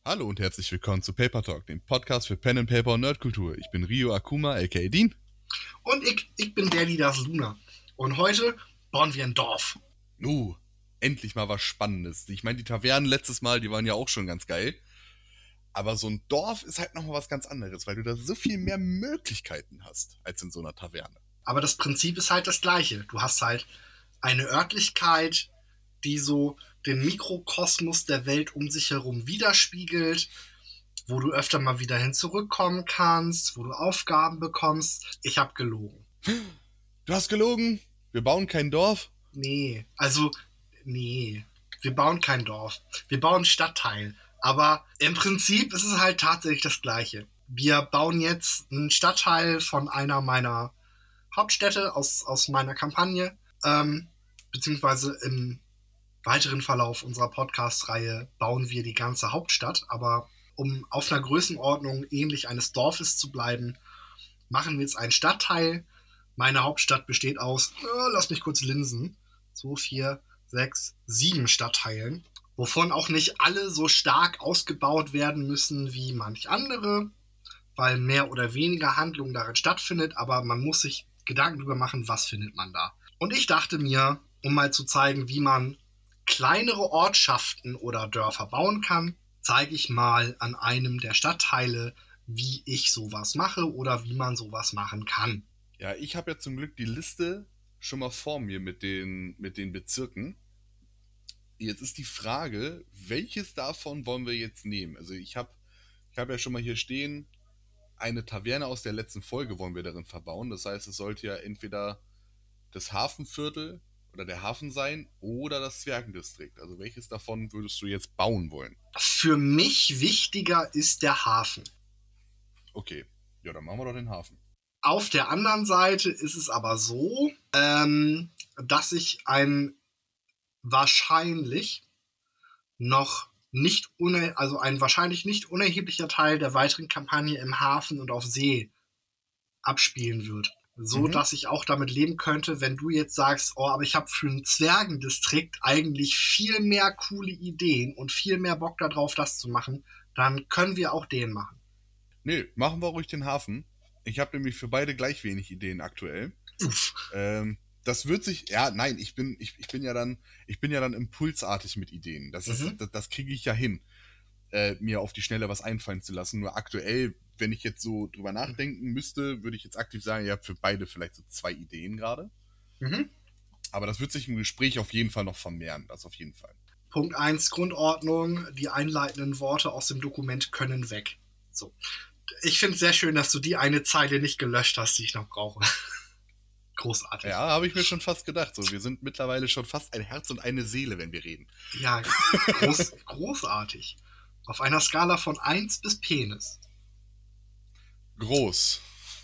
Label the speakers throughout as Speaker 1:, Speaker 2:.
Speaker 1: Hallo und herzlich willkommen zu Paper Talk, dem Podcast für Pen and Paper und Nerdkultur. Ich bin Rio Akuma, aka Dean.
Speaker 2: Und ich bin Daddy das Luna. Und heute bauen wir ein Dorf.
Speaker 1: Endlich mal was Spannendes. Ich meine, die Tavernen letztes Mal, die waren ja auch schon ganz geil. Aber so ein Dorf ist halt nochmal was ganz anderes, weil du da so viel mehr Möglichkeiten hast, als in so einer Taverne.
Speaker 2: Aber das Prinzip ist halt das gleiche. Du hast halt eine Örtlichkeit, die so den Mikrokosmos der Welt um sich herum widerspiegelt, wo du öfter mal wieder hin zurückkommen kannst, wo du Aufgaben bekommst. Ich habe gelogen.
Speaker 1: Du hast gelogen? Wir bauen kein Dorf?
Speaker 2: Nee. Wir bauen kein Dorf. Wir bauen einen Stadtteil. Aber im Prinzip ist es halt tatsächlich das Gleiche. Wir bauen jetzt einen Stadtteil von einer meiner Hauptstädte aus meiner Kampagne, beziehungsweise im weiteren Verlauf unserer Podcast-Reihe bauen wir die ganze Hauptstadt, aber um auf einer Größenordnung ähnlich eines Dorfes zu bleiben, machen wir jetzt einen Stadtteil. Meine Hauptstadt besteht aus, lass mich kurz linsen, 2, 4, 6, 7 Stadtteilen, wovon auch nicht alle so stark ausgebaut werden müssen wie manch andere, weil mehr oder weniger Handlung darin stattfindet, aber man muss sich Gedanken darüber machen, was findet man da. Und ich dachte mir, um mal zu zeigen, wie man kleinere Ortschaften oder Dörfer bauen kann, zeige ich mal an einem der Stadtteile, wie ich sowas mache oder wie man sowas machen kann.
Speaker 1: Ja, ich habe ja zum Glück die Liste schon mal vor mir mit den Bezirken. Jetzt ist die Frage, welches davon wollen wir jetzt nehmen? Also ich hab ja schon mal hier stehen, eine Taverne aus der letzten Folge wollen wir darin verbauen. Das heißt, es sollte ja entweder das Hafenviertel oder der Hafen sein oder das Zwergendistrikt. Also welches davon würdest du jetzt bauen wollen?
Speaker 2: Für mich wichtiger ist der Hafen.
Speaker 1: Okay, ja, dann machen wir doch den Hafen.
Speaker 2: Auf der anderen Seite ist es aber so, dass ich ein wahrscheinlich nicht unerheblicher Teil der weiteren Kampagne im Hafen und auf See abspielen wird. So, dass ich auch damit leben könnte, wenn du jetzt sagst, oh, aber ich habe für einen Zwergendistrikt eigentlich viel mehr coole Ideen und viel mehr Bock darauf, das zu machen, dann können wir auch den machen.
Speaker 1: Nee, machen wir ruhig den Hafen. Ich habe nämlich für beide gleich wenig Ideen aktuell. Das wird sich, ja, nein, ich bin ja dann impulsartig mit Ideen. Das kriege ich ja hin, mir auf die Schnelle was einfallen zu lassen. Nur aktuell, wenn ich jetzt so drüber nachdenken müsste, würde ich jetzt aktiv sagen, ja, für beide vielleicht so 2 Ideen gerade. Aber das wird sich im Gespräch auf jeden Fall noch vermehren, das auf jeden Fall.
Speaker 2: Punkt 1, Grundordnung, die einleitenden Worte aus dem Dokument können weg. So. Ich finde es sehr schön, dass du die eine Zeile nicht gelöscht hast, die ich noch brauche. Großartig.
Speaker 1: Ja, habe ich mir schon fast gedacht. So, wir sind mittlerweile schon fast ein Herz und eine Seele, wenn wir reden.
Speaker 2: Ja, großartig. Auf einer Skala von 1 bis Penis.
Speaker 1: Groß.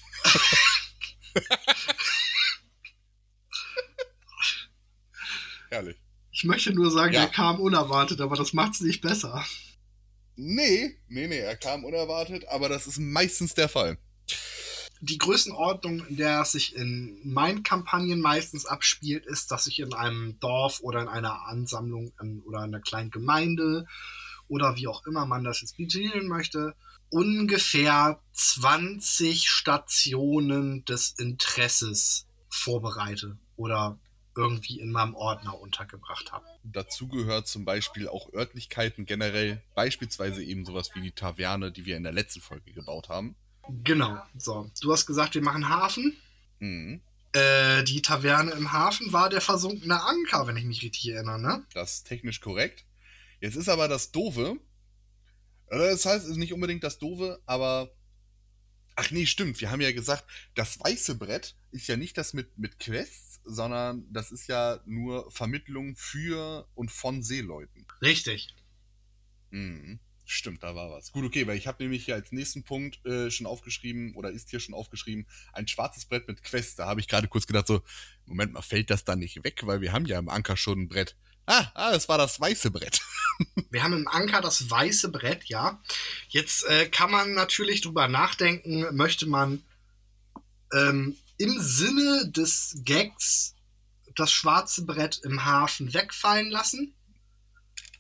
Speaker 1: Herrlich.
Speaker 2: Ich möchte nur sagen, ja. Er kam unerwartet, aber das macht's nicht besser.
Speaker 1: Nee, er kam unerwartet, aber das ist meistens der Fall.
Speaker 2: Die Größenordnung, in der es sich in meinen Kampagnen meistens abspielt, ist, dass ich in einem Dorf oder in einer Ansammlung oder in einer kleinen Gemeinde oder wie auch immer man das jetzt betiteln möchte, ungefähr 20 Stationen des Interesses vorbereite oder irgendwie in meinem Ordner untergebracht habe.
Speaker 1: Dazu gehört zum Beispiel auch Örtlichkeiten generell, beispielsweise eben sowas wie die Taverne, die wir in der letzten Folge gebaut haben.
Speaker 2: Genau, so. Du hast gesagt, wir machen Hafen. Die Taverne im Hafen war der versunkene Anker, wenn ich mich richtig erinnere, ne?
Speaker 1: Das ist technisch korrekt. Jetzt ist aber das Doofe, das heißt, es ist nicht unbedingt das Doofe, aber ach nee, stimmt, wir haben ja gesagt, das weiße Brett ist ja nicht das mit Quests, sondern das ist ja nur Vermittlung für und von Seeleuten.
Speaker 2: Richtig.
Speaker 1: Stimmt, da war was. Gut, okay, weil ich habe nämlich hier als nächsten Punkt schon aufgeschrieben, oder ist hier schon aufgeschrieben, ein schwarzes Brett mit Quests. Da habe ich gerade kurz gedacht so, Moment mal, fällt das dann nicht weg? Weil wir haben ja im Anker schon ein Brett. Das war das weiße Brett.
Speaker 2: Wir haben im Anker das weiße Brett, ja. Jetzt kann man natürlich drüber nachdenken, möchte man im Sinne des Gags das schwarze Brett im Hafen wegfallen lassen?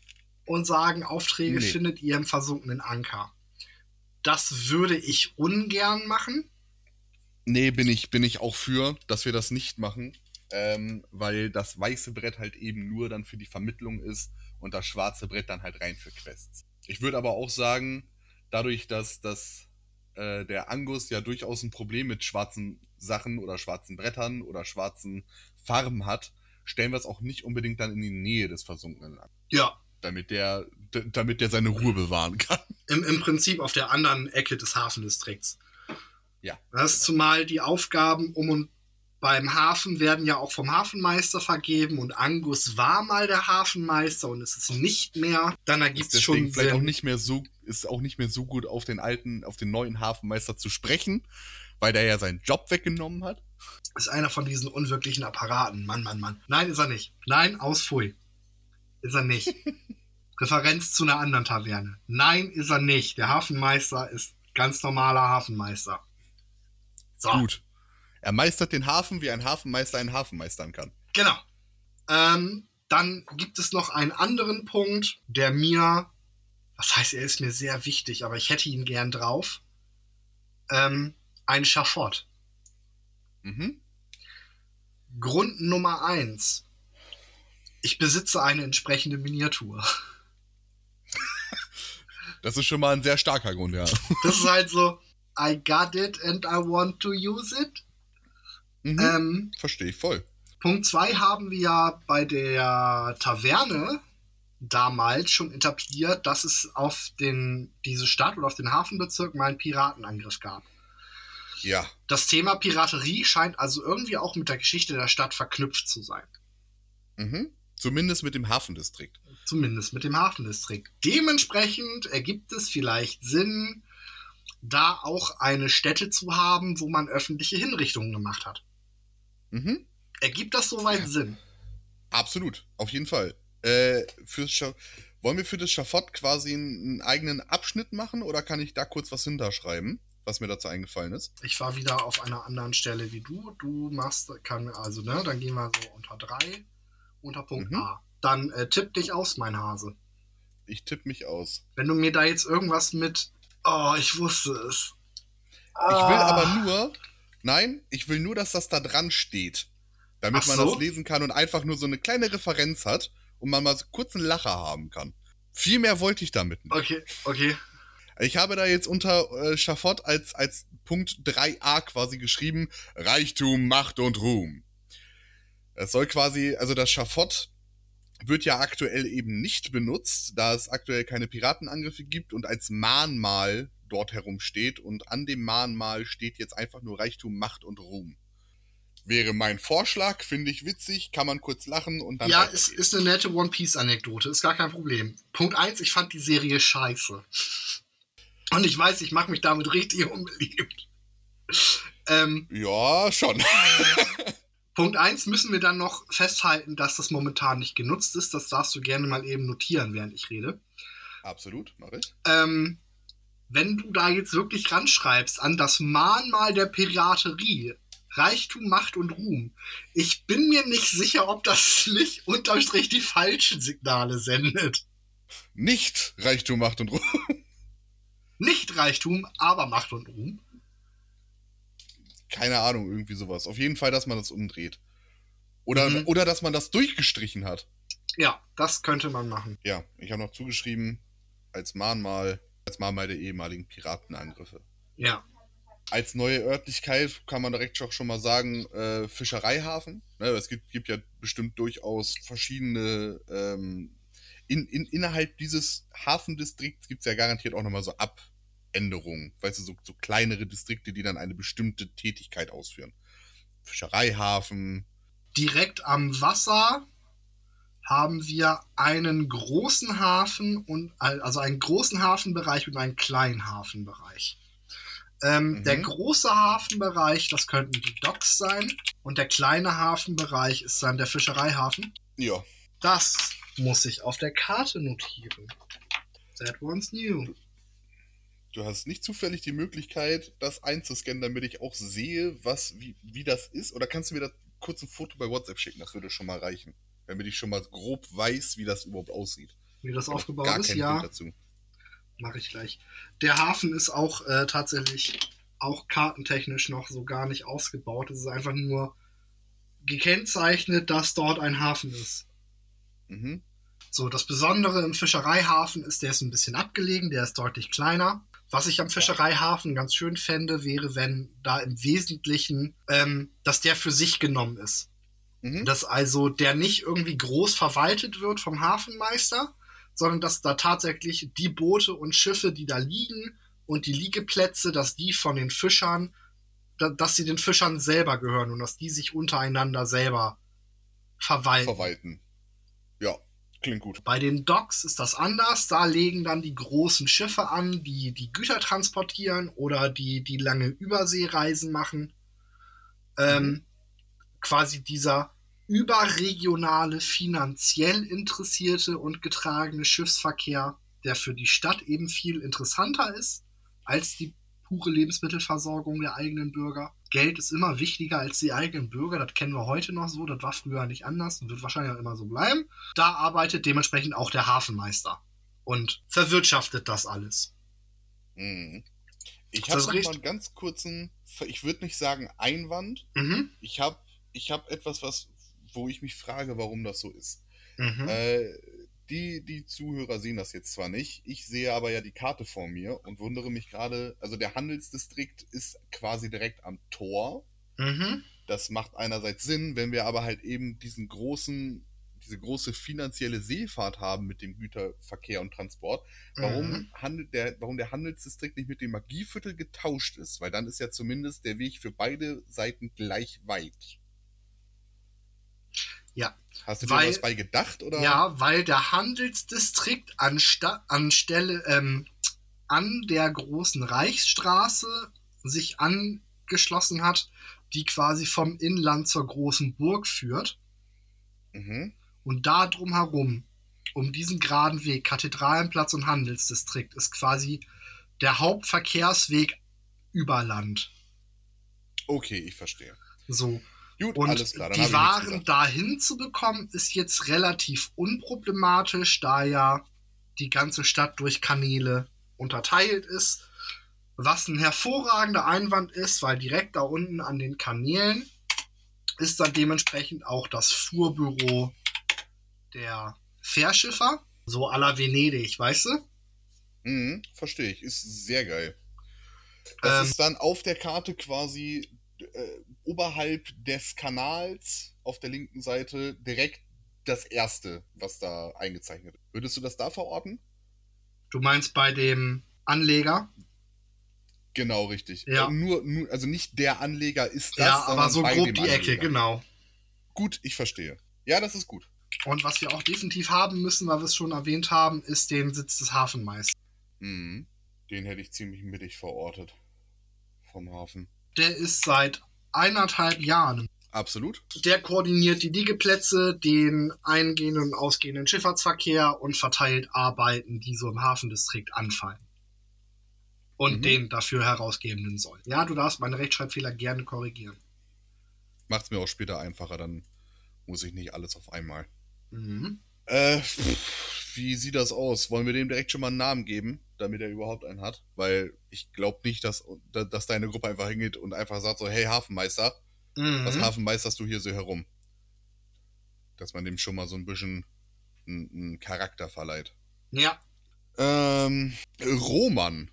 Speaker 2: und sagen, Aufträge
Speaker 1: Nee.
Speaker 2: findet ihr im versunkenen Anker. Das würde ich ungern machen.
Speaker 1: Nee, bin ich auch für, dass wir das nicht machen, weil das weiße Brett halt eben nur dann für die Vermittlung ist und das schwarze Brett dann halt rein für Quests. Ich würde aber auch sagen, dadurch, dass der Angus ja durchaus ein Problem mit schwarzen Sachen oder schwarzen Brettern oder schwarzen Farben hat, stellen wir es auch nicht unbedingt dann in die Nähe des Versunkenen an.
Speaker 2: Ja.
Speaker 1: Damit der seine Ruhe bewahren kann.
Speaker 2: Im Prinzip auf der anderen Ecke des Hafendistrikts.
Speaker 1: Ja.
Speaker 2: Das ist zumal die Aufgaben und beim Hafen werden ja auch vom Hafenmeister vergeben und Angus war mal der Hafenmeister und es ist nicht mehr. Dann ergibt es schon
Speaker 1: vielleicht
Speaker 2: Sinn.
Speaker 1: Ist auch nicht mehr so gut auf den neuen Hafenmeister zu sprechen, weil der ja seinen Job weggenommen hat.
Speaker 2: Ist einer von diesen unwirklichen Apparaten. Mann. Nein, ist er nicht. Nein, Pfui. Ist er nicht. Referenz zu einer anderen Taverne. Nein, ist er nicht. Der Hafenmeister ist ganz normaler Hafenmeister. So.
Speaker 1: Gut. Er meistert den Hafen, wie ein Hafenmeister einen Hafen meistern kann.
Speaker 2: Genau. Dann gibt es noch einen anderen Punkt, der mir, was heißt, er ist mir sehr wichtig, aber ich hätte ihn gern drauf. Ein Schafott.
Speaker 1: Mhm.
Speaker 2: Grund Nummer 1. Ich besitze eine entsprechende Miniatur.
Speaker 1: Das ist schon mal ein sehr starker Grund, ja.
Speaker 2: Das ist halt so, I got it and I want to use it.
Speaker 1: Verstehe ich voll.
Speaker 2: Punkt 2 haben wir ja bei der Taverne damals schon etabliert, dass es auf diese Stadt oder auf den Hafenbezirk mal einen Piratenangriff gab.
Speaker 1: Ja.
Speaker 2: Das Thema Piraterie scheint also irgendwie auch mit der Geschichte der Stadt verknüpft zu sein.
Speaker 1: Mhm. Zumindest mit dem Hafendistrikt.
Speaker 2: Zumindest mit dem Hafendistrikt. Dementsprechend ergibt es vielleicht Sinn, da auch eine Stätte zu haben, wo man öffentliche Hinrichtungen gemacht hat.
Speaker 1: Mhm.
Speaker 2: Ergibt das soweit Sinn?
Speaker 1: Absolut, auf jeden Fall. Wollen wir für das Schafott quasi einen eigenen Abschnitt machen oder kann ich da kurz was hinterschreiben, was mir dazu eingefallen ist?
Speaker 2: Ich war wieder auf einer anderen Stelle wie du. Du machst, dann gehen wir so unter 3, unter Punkt A. Dann tipp dich aus, mein Hase.
Speaker 1: Ich tippe mich aus.
Speaker 2: Wenn du mir da jetzt irgendwas mit, ich wusste es.
Speaker 1: Ich will nur, dass das da dran steht. Damit man das lesen kann und einfach nur so eine kleine Referenz hat und man mal so kurz einen Lacher haben kann. Viel mehr wollte ich damit nicht.
Speaker 2: Okay.
Speaker 1: Ich habe da jetzt unter Schafott als Punkt 3a quasi geschrieben, Reichtum, Macht und Ruhm. Es soll quasi, also das Schafott wird ja aktuell eben nicht benutzt, da es aktuell keine Piratenangriffe gibt und als Mahnmal dort herumsteht und an dem Mahnmal steht jetzt einfach nur Reichtum, Macht und Ruhm. Wäre mein Vorschlag, finde ich witzig, kann man kurz lachen und dann...
Speaker 2: Ja, ist eine nette One-Piece-Anekdote, ist gar kein Problem. Punkt 1, ich fand die Serie scheiße. Und ich weiß, ich mache mich damit richtig unbeliebt.
Speaker 1: Ja, schon.
Speaker 2: Punkt 1 müssen wir dann noch festhalten, dass das momentan nicht genutzt ist. Das darfst du gerne mal eben notieren, während ich rede.
Speaker 1: Absolut, mache ich.
Speaker 2: Wenn du da jetzt wirklich ranschreibst an das Mahnmal der Piraterie, Reichtum, Macht und Ruhm, ich bin mir nicht sicher, ob das nicht unterm Strich die falschen Signale sendet.
Speaker 1: Nicht Reichtum, Macht und Ruhm.
Speaker 2: Nicht Reichtum, aber Macht und Ruhm.
Speaker 1: Keine Ahnung, irgendwie sowas. Auf jeden Fall, dass man das umdreht. Oder dass man das durchgestrichen hat.
Speaker 2: Ja, das könnte man machen.
Speaker 1: Ja, ich habe noch zugeschrieben, als Mahnmal der ehemaligen Piratenangriffe.
Speaker 2: Ja. Als
Speaker 1: neue Örtlichkeit kann man direkt schon mal sagen, Fischereihafen. Es gibt ja bestimmt durchaus verschiedene, innerhalb dieses Hafendistrikts gibt es ja garantiert auch nochmal so Abänderungen. Weißt du, so kleinere Distrikte, die dann eine bestimmte Tätigkeit ausführen. Fischereihafen.
Speaker 2: Direkt am Wasser haben wir einen großen Hafen also einen großen Hafenbereich und einen kleinen Hafenbereich. Der große Hafenbereich, das könnten die Docks sein. Und der kleine Hafenbereich ist dann der Fischereihafen.
Speaker 1: Ja.
Speaker 2: Das muss ich auf der Karte notieren. That one's new.
Speaker 1: Du hast nicht zufällig die Möglichkeit, das einzuscannen, damit ich auch sehe, wie das ist? Oder kannst du mir da kurz ein Foto bei WhatsApp schicken? Das würde schon mal reichen. Damit ich schon mal grob weiß, wie das überhaupt aussieht.
Speaker 2: wie das
Speaker 1: Ich habe noch
Speaker 2: aufgebaut
Speaker 1: gar
Speaker 2: ist?
Speaker 1: kein
Speaker 2: Ja,
Speaker 1: Bild dazu.
Speaker 2: mache ich gleich. Der Hafen ist auch tatsächlich auch kartentechnisch noch so gar nicht ausgebaut. Es ist einfach nur gekennzeichnet, dass dort ein Hafen ist.
Speaker 1: Mhm.
Speaker 2: So, das Besondere im Fischereihafen ist, der ist ein bisschen abgelegen, der ist deutlich kleiner. Was ich am Fischereihafen ganz schön fände, wäre, wenn da im Wesentlichen, dass der für sich genommen ist.
Speaker 1: Mhm.
Speaker 2: Dass also der nicht irgendwie groß verwaltet wird vom Hafenmeister, sondern dass da tatsächlich die Boote und Schiffe, die da liegen und die Liegeplätze, dass die von den Fischern, dass sie den Fischern selber gehören und dass die sich untereinander selber verwalten.
Speaker 1: Ja, klingt gut.
Speaker 2: Bei den Docks ist das anders. Da legen dann die großen Schiffe an, die die Güter transportieren oder die lange Überseereisen machen. Quasi dieser überregionale, finanziell interessierte und getragene Schiffsverkehr, der für die Stadt eben viel interessanter ist als die pure Lebensmittelversorgung der eigenen Bürger. Geld ist immer wichtiger als die eigenen Bürger, das kennen wir heute noch so, das war früher nicht anders und wird wahrscheinlich auch immer so bleiben. Da arbeitet dementsprechend auch der Hafenmeister und verwirtschaftet das alles.
Speaker 1: Mhm. Ich
Speaker 2: Ist
Speaker 1: habe
Speaker 2: das
Speaker 1: noch mal
Speaker 2: richtig?
Speaker 1: einen ganz kurzen, ich würde nicht sagen Einwand.
Speaker 2: Mhm.
Speaker 1: Ich hab etwas, wo ich mich frage, warum das so ist.
Speaker 2: Mhm.
Speaker 1: Äh, die Zuhörer sehen das jetzt zwar nicht, ich sehe aber ja die Karte vor mir und wundere mich gerade, also der Handelsdistrikt ist quasi direkt am Tor.
Speaker 2: Mhm.
Speaker 1: Das macht einerseits Sinn, wenn wir aber halt eben diese große finanzielle Seefahrt haben mit dem Güterverkehr und Transport,
Speaker 2: Mhm.
Speaker 1: warum der Handelsdistrikt nicht mit dem Magieviertel getauscht ist, weil dann ist ja zumindest der Weg für beide Seiten gleich weit.
Speaker 2: Ja,
Speaker 1: Hast du dir was
Speaker 2: weil
Speaker 1: bei gedacht oder?
Speaker 2: Ja, weil der Handelsdistrikt an der großen Reichsstraße sich angeschlossen hat, die quasi vom Inland zur großen Burg führt.
Speaker 1: Mhm.
Speaker 2: Und da drumherum, um diesen geraden Weg, Kathedralenplatz und Handelsdistrikt, ist quasi der Hauptverkehrsweg über Land.
Speaker 1: Okay, ich verstehe.
Speaker 2: So.
Speaker 1: Gut,
Speaker 2: Und
Speaker 1: alles klar, dann
Speaker 2: die
Speaker 1: habe ich nichts
Speaker 2: Waren
Speaker 1: gesagt.
Speaker 2: dahin zu bekommen, ist jetzt relativ unproblematisch, da ja die ganze Stadt durch Kanäle unterteilt ist. Was ein hervorragender Einwand ist, weil direkt da unten an den Kanälen ist dann dementsprechend auch das Fuhrbüro der Fährschiffer, so à la Venedig, weißt du?
Speaker 1: Mhm, verstehe ich, ist sehr geil. Das
Speaker 2: Ähm,
Speaker 1: ist dann auf der Karte quasi oberhalb des Kanals auf der linken Seite direkt das erste, was da eingezeichnet ist. Würdest du das da verorten?
Speaker 2: Du meinst bei dem Anleger?
Speaker 1: Genau, richtig.
Speaker 2: Ja,
Speaker 1: Also nicht der Anleger ist
Speaker 2: ja,
Speaker 1: das,
Speaker 2: aber
Speaker 1: sondern
Speaker 2: so
Speaker 1: bei
Speaker 2: grob
Speaker 1: dem
Speaker 2: die Ecke,
Speaker 1: Anleger.
Speaker 2: genau.
Speaker 1: Gut, ich verstehe. Ja, das ist gut.
Speaker 2: Und was wir auch definitiv haben müssen, weil wir es schon erwähnt haben, ist den Sitz des Hafenmeisters.
Speaker 1: Mhm. Den hätte ich ziemlich mittig verortet. Vom Hafen.
Speaker 2: Der ist seit 1,5 Jahren.
Speaker 1: Absolut.
Speaker 2: Der koordiniert die Liegeplätze, den eingehenden und ausgehenden Schifffahrtsverkehr und verteilt Arbeiten, die so im Hafendistrikt anfallen. Und
Speaker 1: Mhm.
Speaker 2: den dafür herausgebenden soll. Ja, du darfst meine Rechtschreibfehler gerne korrigieren.
Speaker 1: Macht es mir auch später einfacher, dann muss ich nicht alles auf einmal.
Speaker 2: Mhm.
Speaker 1: Wie sieht das aus? Wollen wir dem direkt schon mal einen Namen geben, damit er überhaupt einen hat? Weil ich glaube nicht, dass deine Gruppe einfach hingeht und einfach sagt so, hey Hafenmeister, was
Speaker 2: Mhm.
Speaker 1: hafenmeisterst du hier so herum? Dass man dem schon mal so ein bisschen einen Charakter verleiht.
Speaker 2: Ja.
Speaker 1: Roman.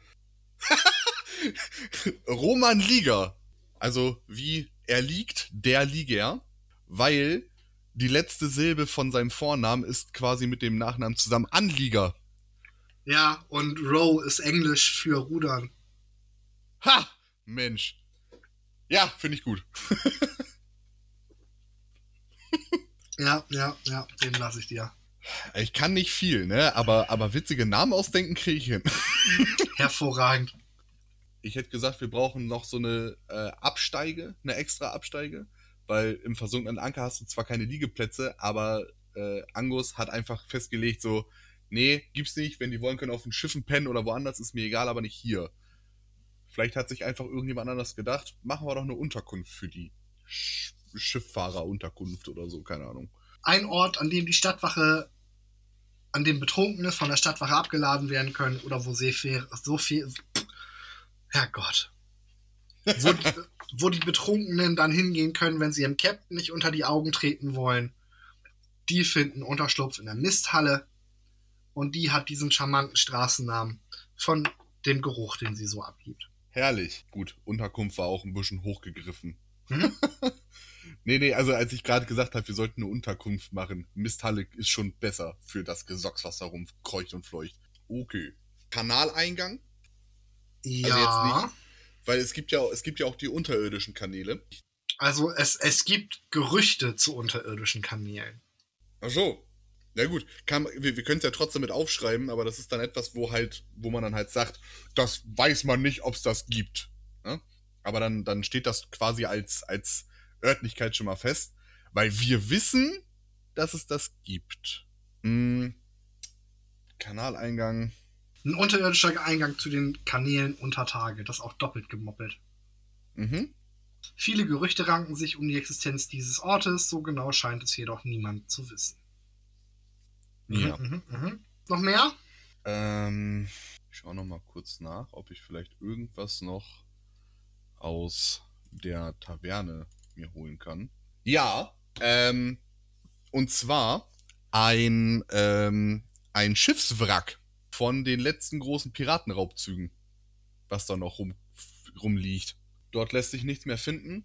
Speaker 1: Roman Liger. Also wie er liegt, der Liger, weil die letzte Silbe von seinem Vornamen ist quasi mit dem Nachnamen zusammen Anlieger.
Speaker 2: Ja, und Row ist Englisch für Rudern.
Speaker 1: Ha! Mensch. Ja, finde ich gut.
Speaker 2: Ja, ja, ja, den lasse ich dir.
Speaker 1: Ich kann nicht viel, ne? Aber witzige Namen ausdenken kriege ich hin.
Speaker 2: Hervorragend.
Speaker 1: Ich hätte gesagt, wir brauchen noch so eine Absteige, eine extra Absteige, weil im versunkenen Anker hast du zwar keine Liegeplätze, aber Angus hat einfach festgelegt, so, nee, gibt's nicht, wenn die wollen, können auf den Schiffen pennen oder woanders, ist mir egal, aber nicht hier. Vielleicht hat sich einfach irgendjemand anders gedacht, machen wir doch eine Unterkunft für die Schifffahrerunterkunft oder so, keine Ahnung.
Speaker 2: Ein Ort, an dem die Stadtwache an dem Betrunkene von der Stadtwache abgeladen werden können oder wo Herrgott. Wo die Betrunkenen dann hingehen können, wenn sie ihrem Captain nicht unter die Augen treten wollen. Die finden Unterschlupf in der Misthalle und die hat diesen charmanten Straßennamen von dem Geruch, den sie so abgibt.
Speaker 1: Herrlich. Gut, Unterkunft war auch ein bisschen hochgegriffen.
Speaker 2: Mhm.
Speaker 1: Nee, also als ich gerade gesagt habe, wir sollten eine Unterkunft machen, Misthalle ist schon besser für das Gesocks, was da rumkreucht und fleucht. Okay. Kanaleingang?
Speaker 2: Ja.
Speaker 1: Also jetzt nicht, weil es gibt ja auch die unterirdischen Kanäle.
Speaker 2: Also es gibt Gerüchte zu unterirdischen Kanälen.
Speaker 1: Ach so. Na gut, wir können es ja trotzdem mit aufschreiben, aber das ist dann etwas, wo man dann halt sagt, das weiß man nicht, ob es das gibt. Ja? Aber dann steht das quasi als Örtlichkeit schon mal fest, weil wir wissen, dass es das gibt. Kanaleingang.
Speaker 2: Ein unterirdischer Eingang zu den Kanälen unter Tage, das auch doppelt gemoppelt.
Speaker 1: Mhm.
Speaker 2: Viele Gerüchte ranken sich um die Existenz dieses Ortes, so genau scheint es jedoch niemand zu wissen.
Speaker 1: Ja.
Speaker 2: Noch mehr?
Speaker 1: Ich schaue noch mal kurz nach, ob ich vielleicht irgendwas noch aus der Taverne mir holen kann. Ja, und zwar ein Schiffswrack von den letzten großen Piratenraubzügen, was da noch rumliegt. Dort lässt sich nichts mehr finden,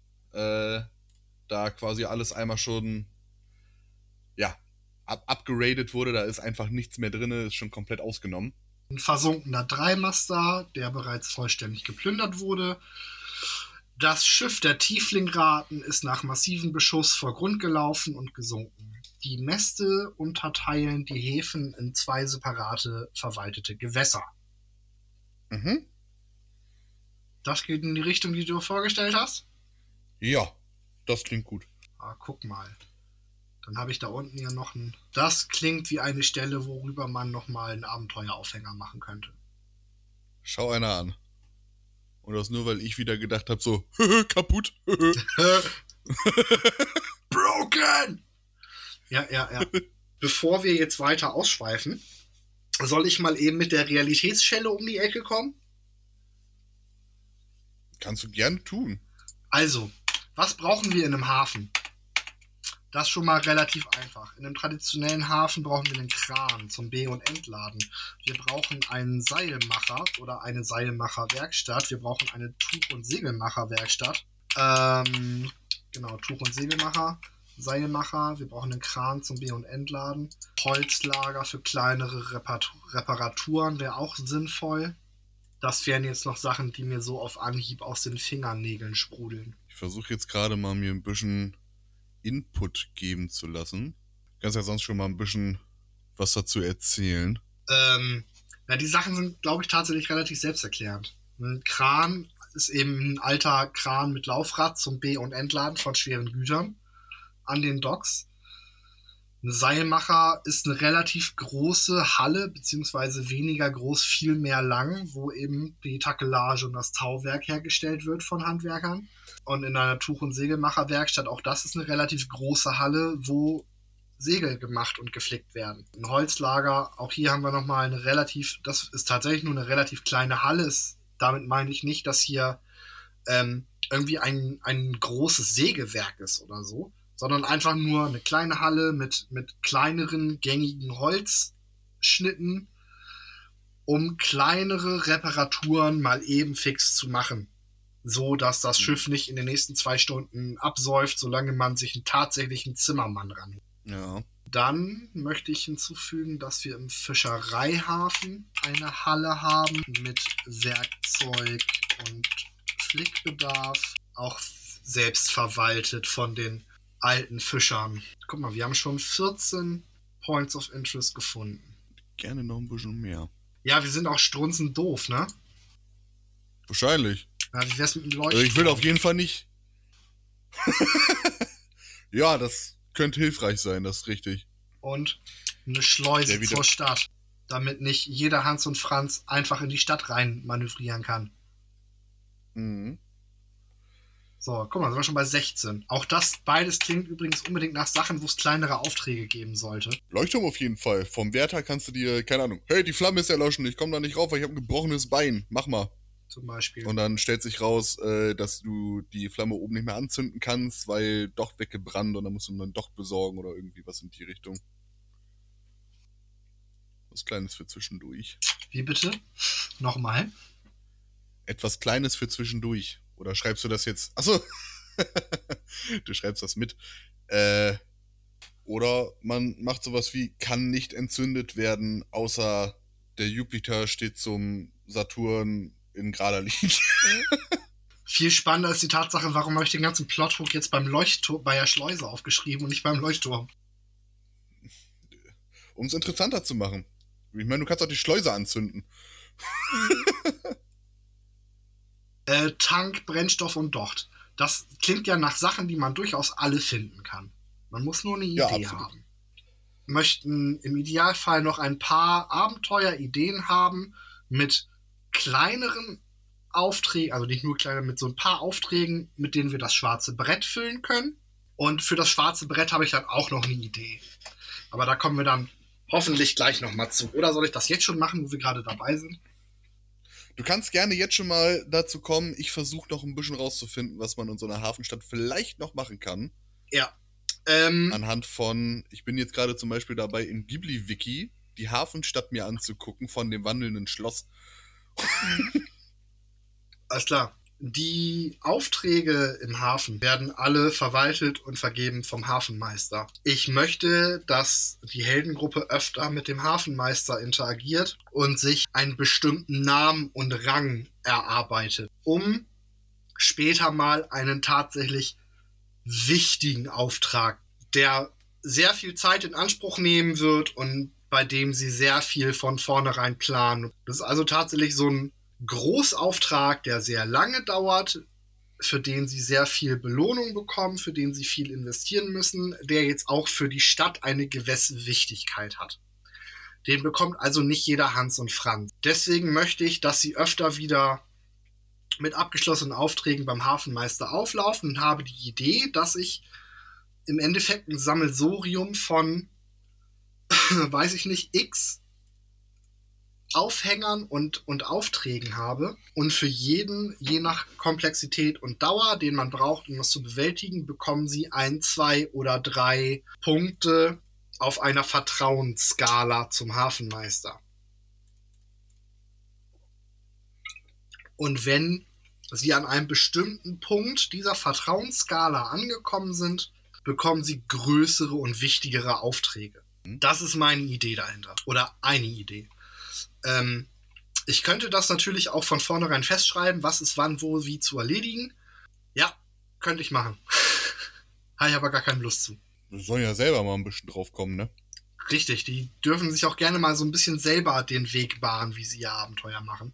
Speaker 1: da quasi alles einmal schon, ja, upgeradet wurde, da ist einfach nichts mehr drin, ist schon komplett ausgenommen.
Speaker 2: Ein versunkener Dreimaster, der bereits vollständig geplündert wurde. Das Schiff der Tieflingraten ist nach massivem Beschuss vor Grund gelaufen und gesunken. Die Mäste unterteilen die Häfen in 2 separate verwaltete Gewässer.
Speaker 1: Mhm.
Speaker 2: Das geht in die Richtung, die du vorgestellt hast?
Speaker 1: Ja, das klingt gut.
Speaker 2: Ah, guck mal. Dann habe ich da unten ja noch ein... Das klingt wie eine Stelle, worüber man nochmal einen Abenteueraufhänger machen könnte.
Speaker 1: Schau einer an. Und das nur, weil ich wieder gedacht habe, so, kaputt.
Speaker 2: Broken! Ja. Bevor wir jetzt weiter ausschweifen, soll ich mal eben mit der Realitätsschelle um die Ecke kommen?
Speaker 1: Kannst du gern tun.
Speaker 2: Also, was brauchen wir in einem Hafen? Das ist schon mal relativ einfach. In einem traditionellen Hafen brauchen wir einen Kran zum Be- und Entladen. Wir brauchen einen Seilmacher oder eine Seilmacherwerkstatt. Wir brauchen eine Tuch- und Segelmacherwerkstatt. Genau, Tuch- und Segelmacher, Seilmacher. Wir brauchen einen Kran zum Be- und Entladen. Holzlager für kleinere Reparaturen wäre auch sinnvoll. Das wären jetzt noch Sachen, die mir so auf Anhieb aus den Fingernägeln sprudeln.
Speaker 1: Ich versuche jetzt gerade mal mir ein bisschen Input geben zu lassen. Du kannst ja sonst schon mal ein bisschen was dazu erzählen.
Speaker 2: Die Sachen sind, glaube ich, tatsächlich relativ selbsterklärend. Ein Kran ist eben ein alter Kran mit Laufrad zum Be- und Entladen von schweren Gütern an den Docks. Ein Seilmacher ist eine relativ große Halle, beziehungsweise weniger groß, viel mehr lang, wo eben die Takelage und das Tauwerk hergestellt wird von Handwerkern. Und in einer Tuch- und Segelmacherwerkstatt, auch das ist eine relativ große Halle, wo Segel gemacht und geflickt werden. Ein Holzlager, auch hier haben wir nochmal das ist tatsächlich nur eine relativ kleine Halle. Damit meine ich nicht, dass hier irgendwie ein großes Sägewerk ist oder so, sondern einfach nur eine kleine Halle mit kleineren, gängigen Holzschnitten, um kleinere Reparaturen mal eben fix zu machen. So, dass das Schiff nicht in den nächsten 2 Stunden absäuft, solange man sich einen tatsächlichen Zimmermann ranholt.
Speaker 1: Ja.
Speaker 2: Dann möchte ich hinzufügen, dass wir im Fischereihafen eine Halle haben mit Werkzeug und Flickbedarf, auch selbst verwaltet von den alten Fischern. Guck mal, wir haben schon 14 Points of Interest gefunden.
Speaker 1: Gerne noch ein bisschen mehr.
Speaker 2: Ja, wir sind auch strunzend doof, ne?
Speaker 1: Wahrscheinlich.
Speaker 2: Ja, wie wär's mit dem Leuchtturm?
Speaker 1: Ich will auf jeden Fall nicht. Ja, das könnte hilfreich sein, das ist richtig.
Speaker 2: Und eine Schleuse zur Stadt, damit nicht jeder Hans und Franz einfach in die Stadt rein manövrieren kann.
Speaker 1: Mhm.
Speaker 2: So, guck mal, sind wir schon bei 16. Auch das beides klingt übrigens unbedingt nach Sachen, wo es kleinere Aufträge geben sollte.
Speaker 1: Leuchtturm auf jeden Fall. Vom Wärter kannst du dir, keine Ahnung, hey, die Flamme ist erloschen, ich komme da nicht rauf, weil ich habe ein gebrochenes Bein. Mach mal.
Speaker 2: Zum Beispiel.
Speaker 1: Und dann stellt sich raus, dass du die Flamme oben nicht mehr anzünden kannst, weil Docht weggebrannt und dann musst du einen Docht besorgen oder irgendwie was in die Richtung. Was Kleines für zwischendurch.
Speaker 2: Wie bitte? Nochmal?
Speaker 1: Etwas Kleines für zwischendurch. Oder schreibst du das jetzt? Achso. Du schreibst das mit. Oder man macht sowas wie, kann nicht entzündet werden, außer der Jupiter steht zum Saturn in gerader Linie.
Speaker 2: Viel spannender ist die Tatsache, warum habe ich den ganzen Plothook jetzt beim Leuchtturm, bei der Schleuse aufgeschrieben und nicht beim Leuchtturm?
Speaker 1: Um es interessanter zu machen. Ich meine, du kannst auch die Schleuse anzünden.
Speaker 2: Tank, Brennstoff und Docht. Das klingt ja nach Sachen, die man durchaus alle finden kann. Man muss nur eine Idee haben. Möchten im Idealfall noch ein paar Abenteuerideen haben mit kleineren Aufträgen, also nicht nur kleine, mit so ein paar Aufträgen, mit denen wir das schwarze Brett füllen können. Und für das schwarze Brett habe ich dann auch noch eine Idee. Aber da kommen wir dann hoffentlich gleich nochmal zu. Oder soll ich das jetzt schon machen, wo wir gerade dabei sind?
Speaker 1: Du kannst gerne jetzt schon mal dazu kommen. Ich versuche noch ein bisschen rauszufinden, was man in so einer Hafenstadt vielleicht noch machen kann.
Speaker 2: Ja.
Speaker 1: Anhand von, ich bin jetzt gerade zum Beispiel dabei, im Ghibli-Wiki die Hafenstadt mir anzugucken von dem wandelnden Schloss.
Speaker 2: Alles klar. Die Aufträge im Hafen werden alle verwaltet und vergeben vom Hafenmeister. Ich möchte, dass die Heldengruppe öfter mit dem Hafenmeister interagiert und sich einen bestimmten Namen und Rang erarbeitet, um später mal einen tatsächlich wichtigen Auftrag, der sehr viel Zeit in Anspruch nehmen wird und bei dem sie sehr viel von vornherein planen. Das ist also tatsächlich so ein Großauftrag, der sehr lange dauert, für den sie sehr viel Belohnung bekommen, für den sie viel investieren müssen, der jetzt auch für die Stadt eine gewisse Wichtigkeit hat. Den bekommt also nicht jeder Hans und Franz. Deswegen möchte ich, dass sie öfter wieder mit abgeschlossenen Aufträgen beim Hafenmeister auflaufen und habe die Idee, dass ich im Endeffekt ein Sammelsurium von, weiß ich nicht, x Aufhängern und Aufträgen habe und für jeden, je nach Komplexität und Dauer, den man braucht, um das zu bewältigen, bekommen sie 1, 2 oder 3 Punkte auf einer Vertrauensskala zum Hafenmeister. Und wenn sie an einem bestimmten Punkt dieser Vertrauensskala angekommen sind, bekommen sie größere und wichtigere Aufträge. Das ist meine Idee dahinter. Oder eine Idee. Ich könnte das natürlich auch von vornherein festschreiben, was ist wann, wo, wie zu erledigen. Ja, könnte ich machen. Habe ich aber gar keine Lust zu.
Speaker 1: Wir sollen ja selber mal ein bisschen drauf kommen, ne?
Speaker 2: Richtig, die dürfen sich auch gerne mal so ein bisschen selber den Weg bahnen, wie sie ihr Abenteuer machen.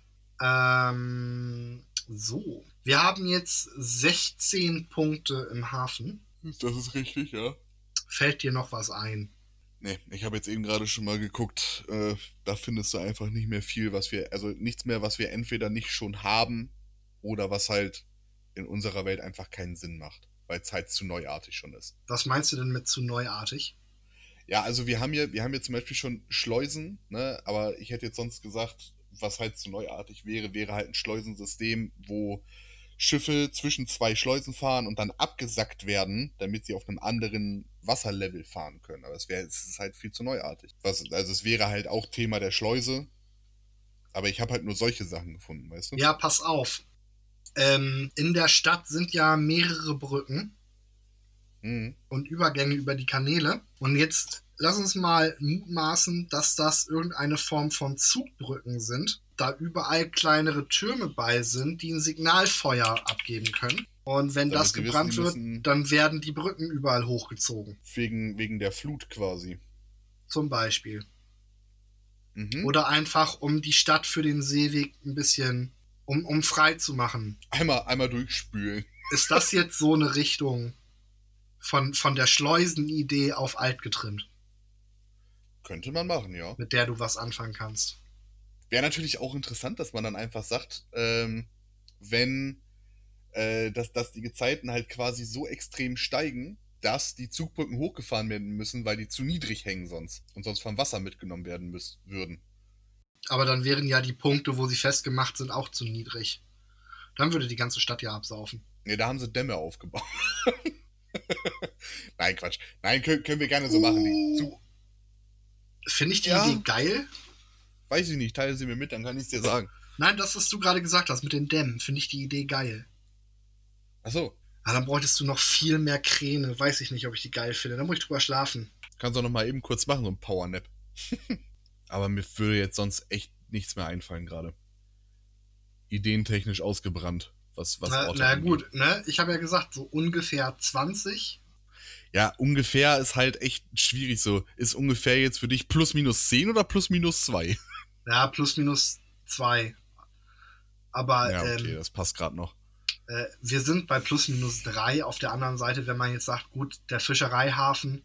Speaker 2: So. Wir haben jetzt 16 Punkte im Hafen.
Speaker 1: Das ist richtig, ja.
Speaker 2: Fällt dir noch was ein?
Speaker 1: Nee, ich habe jetzt eben gerade schon mal geguckt, da findest du einfach nicht mehr viel, also nichts mehr, was wir entweder nicht schon haben oder was halt in unserer Welt einfach keinen Sinn macht, weil es halt zu neuartig schon ist.
Speaker 2: Was meinst du denn mit zu neuartig?
Speaker 1: Ja, also wir haben hier zum Beispiel schon Schleusen, ne, aber ich hätte jetzt sonst gesagt, was halt zu neuartig wäre halt ein Schleusensystem, wo Schiffe zwischen zwei Schleusen fahren und dann abgesackt werden, damit sie auf einem anderen Wasserlevel fahren können. Aber es ist halt viel zu neuartig. Also es wäre halt auch Thema der Schleuse, aber ich habe halt nur solche Sachen gefunden, weißt du?
Speaker 2: Ja, pass auf. In der Stadt sind ja mehrere Brücken und Übergänge über die Kanäle. Und jetzt lass uns mal mutmaßen, dass das irgendeine Form von Zugbrücken sind, da überall kleinere Türme bei sind, die ein Signalfeuer abgeben können. Und wenn das gebrannt wird, dann werden die Brücken überall hochgezogen.
Speaker 1: Wegen der Flut quasi.
Speaker 2: Zum Beispiel. Oder einfach, um die Stadt für den Seeweg ein bisschen, um frei zu machen.
Speaker 1: Einmal durchspülen.
Speaker 2: Ist das jetzt so eine Richtung von der Schleusenidee auf alt getrimmt?
Speaker 1: Könnte man machen, ja.
Speaker 2: Mit der du was anfangen kannst.
Speaker 1: Wäre natürlich auch interessant, dass man dann einfach sagt, wenn dass die Gezeiten halt quasi so extrem steigen, dass die Zugbrücken hochgefahren werden müssen, weil die zu niedrig hängen sonst und sonst vom Wasser mitgenommen werden würden.
Speaker 2: Aber dann wären ja die Punkte, wo sie festgemacht sind, auch zu niedrig. Dann würde die ganze Stadt ja absaufen.
Speaker 1: Ne, da haben sie Dämme aufgebaut. Nein, Quatsch. Nein, können wir gerne so machen.
Speaker 2: Finde ich die Idee geil?
Speaker 1: Weiß ich nicht, teile sie mir mit, dann kann ich es dir sagen.
Speaker 2: Nein, das, was du gerade gesagt hast mit den Dämmen, finde ich die Idee geil.
Speaker 1: Ach so.
Speaker 2: Aber dann bräuchtest du noch viel mehr Kräne. Weiß ich nicht, ob ich die geil finde. Dann muss ich drüber schlafen.
Speaker 1: Kannst du noch mal eben kurz machen, so ein Powernap. Aber mir würde jetzt sonst echt nichts mehr einfallen gerade. Ideentechnisch ausgebrannt, was
Speaker 2: Orte angeht. Gut, ne? Ich habe ja gesagt, so ungefähr 20.
Speaker 1: Ja, ungefähr ist halt echt schwierig so. Ist ungefähr jetzt für dich plus minus 10 oder plus minus 2?
Speaker 2: Ja, plus minus 2. Aber
Speaker 1: ja, okay, das passt gerade noch.
Speaker 2: Wir sind bei plus minus 3. Auf der anderen Seite, wenn man jetzt sagt, gut, der Fischereihafen,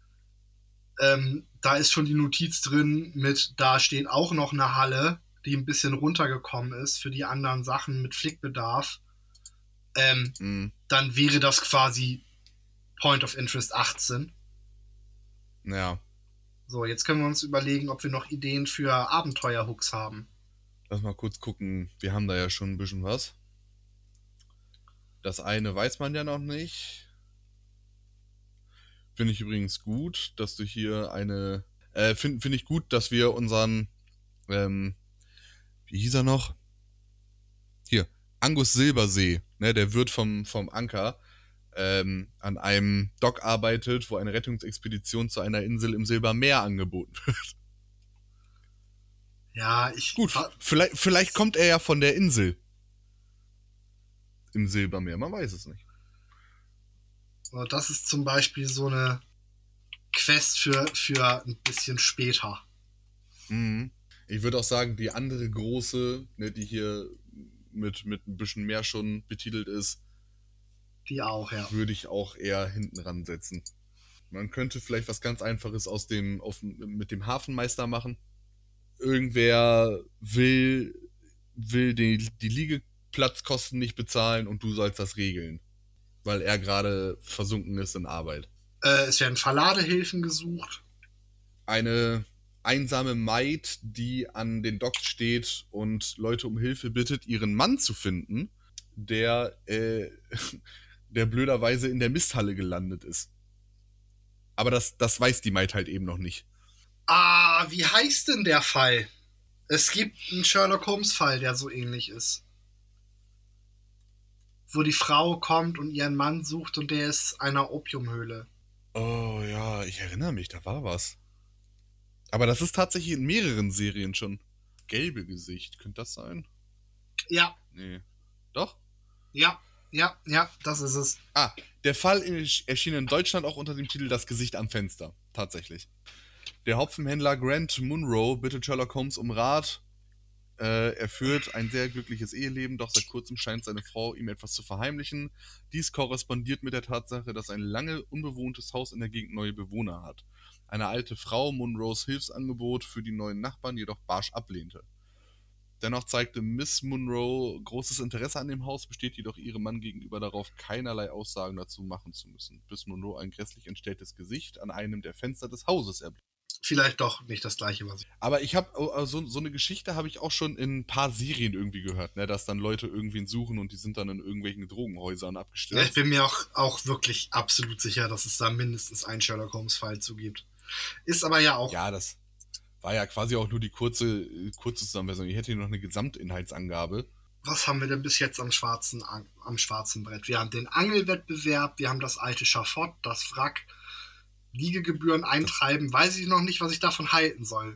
Speaker 2: da ist schon die Notiz drin mit, da steht auch noch eine Halle, die ein bisschen runtergekommen ist für die anderen Sachen mit Flickbedarf. Dann wäre das quasi Point of Interest 18.
Speaker 1: Ja.
Speaker 2: So, jetzt können wir uns überlegen, ob wir noch Ideen für Abenteuerhooks haben.
Speaker 1: Lass mal kurz gucken. Wir haben da ja schon ein bisschen was. Das eine weiß man ja noch nicht. Finde ich übrigens gut, dass du hier eine... Finde ich gut, dass wir unseren... wie hieß er noch? Hier, Angus Silbersee, ne, der Wirt vom Anker, an einem Dock arbeitet, wo eine Rettungsexpedition zu einer Insel im Silbermeer angeboten wird.
Speaker 2: Ja,
Speaker 1: Gut, vielleicht kommt er ja von der Insel. Im Silbermeer, man weiß es nicht.
Speaker 2: Das ist zum Beispiel so eine Quest für ein bisschen später.
Speaker 1: Mhm. Ich würde auch sagen, die andere große, ne, die hier mit ein bisschen mehr schon betitelt ist,
Speaker 2: die auch, ja.
Speaker 1: Würde ich auch eher hinten ransetzen. Man könnte vielleicht was ganz Einfaches mit dem Hafenmeister machen. Irgendwer will die Liegeplatzkosten nicht bezahlen und du sollst das regeln. Weil er gerade versunken ist in Arbeit.
Speaker 2: Es werden Verladehilfen gesucht.
Speaker 1: Eine einsame Maid, die an den Docks steht und Leute um Hilfe bittet, ihren Mann zu finden, der blöderweise in der Misthalle gelandet ist. Aber das weiß die Maid halt eben noch nicht.
Speaker 2: Wie heißt denn der Fall? Es gibt einen Sherlock Holmes-Fall, der so ähnlich ist. Wo die Frau kommt und ihren Mann sucht und der ist einer Opiumhöhle.
Speaker 1: Oh ja, ich erinnere mich, da war was. Aber das ist tatsächlich in mehreren Serien schon. Gelbe Gesicht, könnte das sein?
Speaker 2: Ja.
Speaker 1: Nee. Doch?
Speaker 2: Ja, das ist es.
Speaker 1: Der Fall erschien in Deutschland auch unter dem Titel Das Gesicht am Fenster. Tatsächlich. Der Hopfenhändler Grant Munro bittet Sherlock Holmes um Rat. Er führt ein sehr glückliches Eheleben, doch seit kurzem scheint seine Frau ihm etwas zu verheimlichen. Dies korrespondiert mit der Tatsache, dass ein lange unbewohntes Haus in der Gegend neue Bewohner hat. Eine alte Frau Munros Hilfsangebot für die neuen Nachbarn jedoch barsch ablehnte. Dennoch zeigte Miss Munro großes Interesse an dem Haus, besteht jedoch ihrem Mann gegenüber darauf, keinerlei Aussagen dazu machen zu müssen, bis Munro ein grässlich entstelltes Gesicht an einem der Fenster des Hauses erblickt.
Speaker 2: Vielleicht doch nicht das gleiche, was ich...
Speaker 1: Aber ich habe so eine Geschichte habe ich auch schon in ein paar Serien irgendwie gehört, ne, dass dann Leute irgendwen suchen und die sind dann in irgendwelchen Drogenhäusern abgestürzt.
Speaker 2: Ja, ich bin mir auch wirklich absolut sicher, dass es da mindestens einen Sherlock Holmes-Fall zu gibt. Ist aber ja auch...
Speaker 1: Ja, das war ja quasi auch nur die kurze Zusammenfassung. Ich hätte hier noch eine Gesamtinhaltsangabe.
Speaker 2: Was haben wir denn bis jetzt am schwarzen Brett? Wir haben den Angelwettbewerb, wir haben das alte Schafott, das Wrack, Liegegebühren eintreiben. Weiß ich noch nicht, was ich davon halten soll.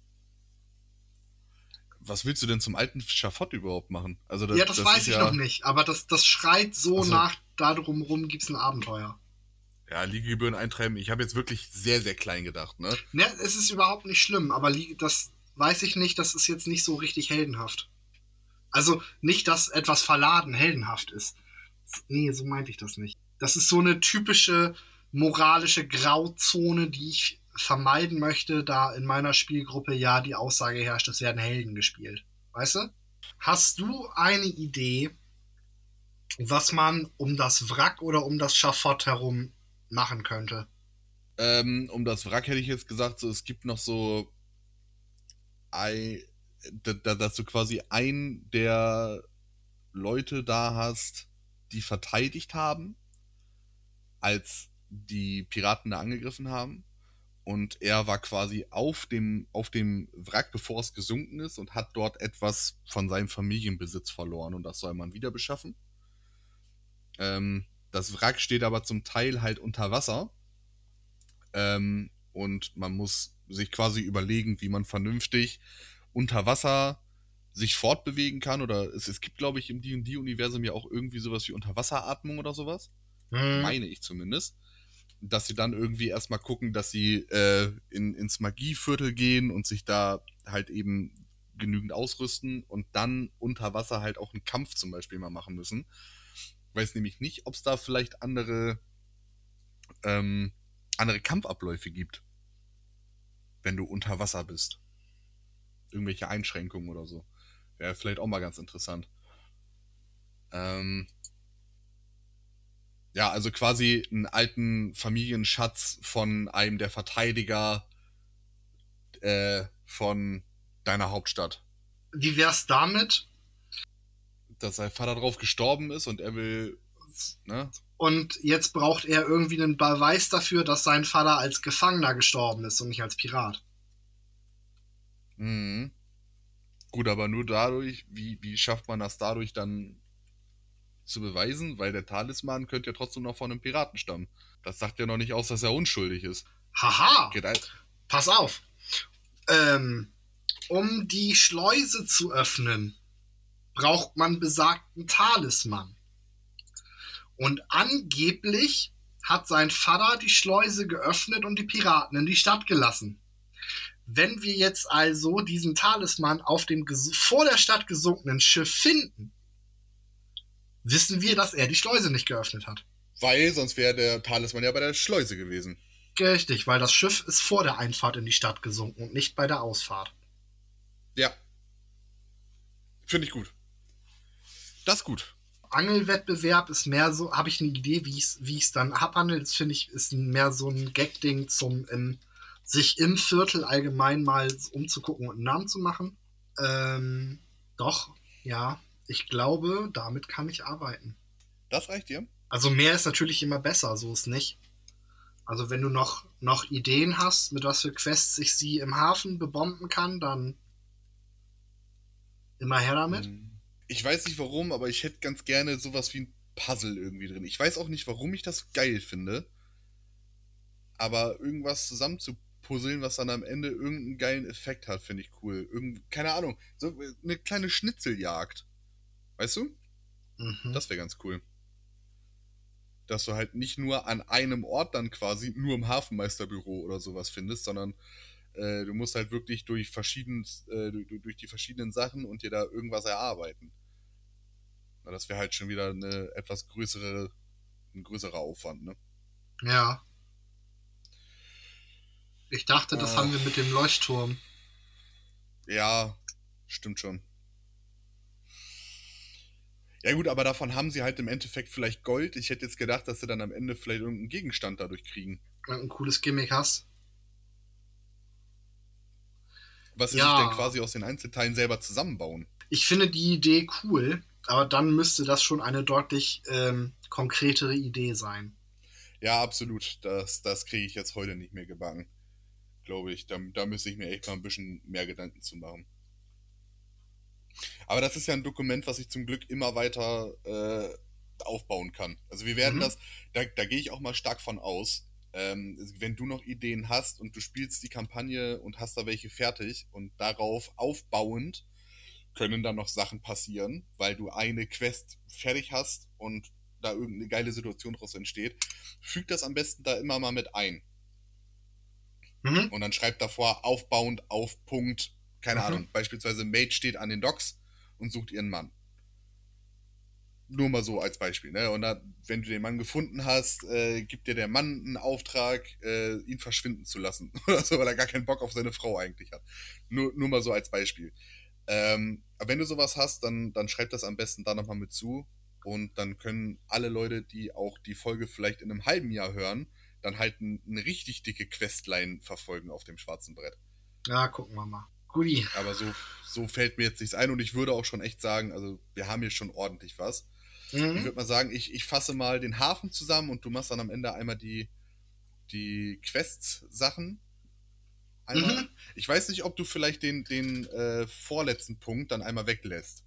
Speaker 1: Was willst du denn zum alten Schafott überhaupt machen? Also
Speaker 2: das weiß ich noch nicht, aber das schreit so nach, da drumherum gibt es ein Abenteuer.
Speaker 1: Ja, Liegegebühren eintreiben, ich habe jetzt wirklich sehr, sehr klein gedacht, ne?
Speaker 2: Ne, es ist überhaupt nicht schlimm, aber das weiß ich nicht, das ist jetzt nicht so richtig heldenhaft. Also nicht, dass etwas verladen heldenhaft ist. Nee, so meinte ich das nicht. Das ist so eine typische moralische Grauzone, die ich vermeiden möchte, da in meiner Spielgruppe ja die Aussage herrscht, es werden Helden gespielt. Weißt du? Hast du eine Idee, was man um das Wrack oder um das Schafott herum machen könnte.
Speaker 1: Um das Wrack hätte ich jetzt gesagt, so, es gibt noch so ein, dass du quasi einen der Leute da hast, die verteidigt haben, als die Piraten da angegriffen haben. Und er war quasi auf dem Wrack, bevor es gesunken ist, und hat dort etwas von seinem Familienbesitz verloren. Und das soll man wieder beschaffen. Das Wrack steht aber zum Teil halt unter Wasser. Und man muss sich quasi überlegen, wie man vernünftig unter Wasser sich fortbewegen kann. Oder es gibt, glaube ich, im D&D-Universum ja auch irgendwie sowas wie Unterwasseratmung oder sowas.
Speaker 2: Hm.
Speaker 1: Meine ich zumindest. Dass sie dann irgendwie erstmal gucken, dass sie ins Magieviertel gehen und sich da halt eben genügend ausrüsten und dann unter Wasser halt auch einen Kampf zum Beispiel mal machen müssen. Ich weiß nämlich nicht, ob es da vielleicht ähm, andere Kampfabläufe gibt, wenn du unter Wasser bist. Irgendwelche Einschränkungen oder so. Wäre vielleicht auch mal ganz interessant. Ähm, ja, also quasi einen alten Familienschatz von einem der Verteidiger von deiner Hauptstadt.
Speaker 2: Wie wär's damit?
Speaker 1: Dass sein Vater drauf gestorben ist und er will, ne?
Speaker 2: Und jetzt braucht er irgendwie einen Beweis dafür, dass sein Vater als Gefangener gestorben ist und nicht als Pirat.
Speaker 1: Mhm. Gut, aber nur dadurch, wie schafft man das dadurch dann zu beweisen? Weil der Talisman könnte ja trotzdem noch von einem Piraten stammen. Das sagt ja noch nicht aus, dass er unschuldig ist.
Speaker 2: Haha!
Speaker 1: Geht ein
Speaker 2: Pass auf! Ähm, um die Schleuse zu öffnen, braucht man besagten Talisman. Und angeblich hat sein Vater die Schleuse geöffnet und die Piraten in die Stadt gelassen. Wenn wir jetzt also diesen Talisman auf dem vor der Stadt gesunkenen Schiff finden, wissen wir, dass er die Schleuse nicht geöffnet hat.
Speaker 1: Weil sonst wäre der Talisman ja bei der Schleuse gewesen.
Speaker 2: Richtig, weil das Schiff ist vor der Einfahrt in die Stadt gesunken und nicht bei der Ausfahrt.
Speaker 1: Ja, finde ich gut. Das ist gut.
Speaker 2: Angelwettbewerb ist mehr so, habe ich eine Idee, wie ich es dann abhandle. Das finde ich, ist mehr so ein Gag-Ding zum sich im Viertel allgemein mal umzugucken und einen Namen zu machen. Doch, ja, ich glaube, damit kann ich arbeiten.
Speaker 1: Das reicht dir?
Speaker 2: Also mehr ist natürlich immer besser, so ist nicht. Also wenn du noch Ideen hast, mit was für Quests ich sie im Hafen bebomben kann, dann immer her damit.
Speaker 1: Ich weiß nicht warum, aber ich hätte ganz gerne sowas wie ein Puzzle irgendwie drin. Ich weiß auch nicht, warum ich das geil finde. Aber irgendwas zusammenzupuzzeln, was dann am Ende irgendeinen geilen Effekt hat, finde ich cool. Keine Ahnung, so eine kleine Schnitzeljagd. Weißt du?
Speaker 2: Mhm.
Speaker 1: Das wäre ganz cool. Dass du halt nicht nur an einem Ort dann quasi nur im Hafenmeisterbüro oder sowas findest, sondern du musst halt wirklich durch die verschiedenen Sachen und dir da irgendwas erarbeiten. Na, das wäre halt schon wieder ein größerer Aufwand, ne?
Speaker 2: Ja, ich dachte, das
Speaker 1: Ah,
Speaker 2: haben wir mit dem Leuchtturm.
Speaker 1: ja, stimmt schon. Ja gut, aber davon haben sie halt im Endeffekt vielleicht Gold. Ich hätte jetzt gedacht, dass sie dann am Ende vielleicht irgendeinen Gegenstand dadurch kriegen.
Speaker 2: Ein cooles Gimmick hast.
Speaker 1: Was sie sich dann
Speaker 2: Ja,
Speaker 1: quasi aus den Einzelteilen selber zusammenbauen.
Speaker 2: ich finde die Idee cool, aber dann müsste das schon eine deutlich konkretere Idee sein.
Speaker 1: Ja, absolut. Das kriege ich jetzt heute nicht mehr gebacken, glaube ich. Da müsste ich mir echt mal ein bisschen mehr Gedanken zu machen. Aber das ist ja ein Dokument, was ich zum Glück immer weiter aufbauen kann. Also wir werden
Speaker 2: Mhm.
Speaker 1: da gehe ich auch mal stark von aus. Wenn du noch Ideen hast und du spielst die Kampagne und hast da welche fertig und darauf aufbauend können dann noch Sachen passieren, weil du eine Quest fertig hast und da irgendeine geile Situation daraus entsteht, füg das am besten da immer mal mit ein.
Speaker 2: Mhm.
Speaker 1: Und dann schreib davor aufbauend auf Punkt, keine
Speaker 2: Mhm.
Speaker 1: Ahnung, beispielsweise Mate steht an den Docks und sucht ihren Mann. Nur mal so als Beispiel, ne? Und dann, wenn du den Mann gefunden hast, gibt dir der Mann einen Auftrag, ihn verschwinden zu lassen. Oder so, weil er gar keinen Bock auf seine Frau eigentlich hat. Nur mal so als Beispiel. Aber wenn du sowas hast, dann schreib das am besten da nochmal mit zu. Und dann können alle Leute, die auch die Folge vielleicht in einem halben Jahr hören, dann halt eine richtig dicke Questline verfolgen auf dem schwarzen Brett.
Speaker 2: Ja, gucken wir mal. Guti.
Speaker 1: Aber so fällt mir jetzt nichts ein und ich würde auch schon echt sagen, also wir haben hier schon ordentlich was. Ich
Speaker 2: Mhm.
Speaker 1: würde mal sagen, ich fasse mal den Hafen zusammen und du machst dann am Ende einmal die Quests-Sachen. Einmal.
Speaker 2: Mhm.
Speaker 1: Ich weiß nicht, ob du vielleicht den vorletzten Punkt dann einmal weglässt.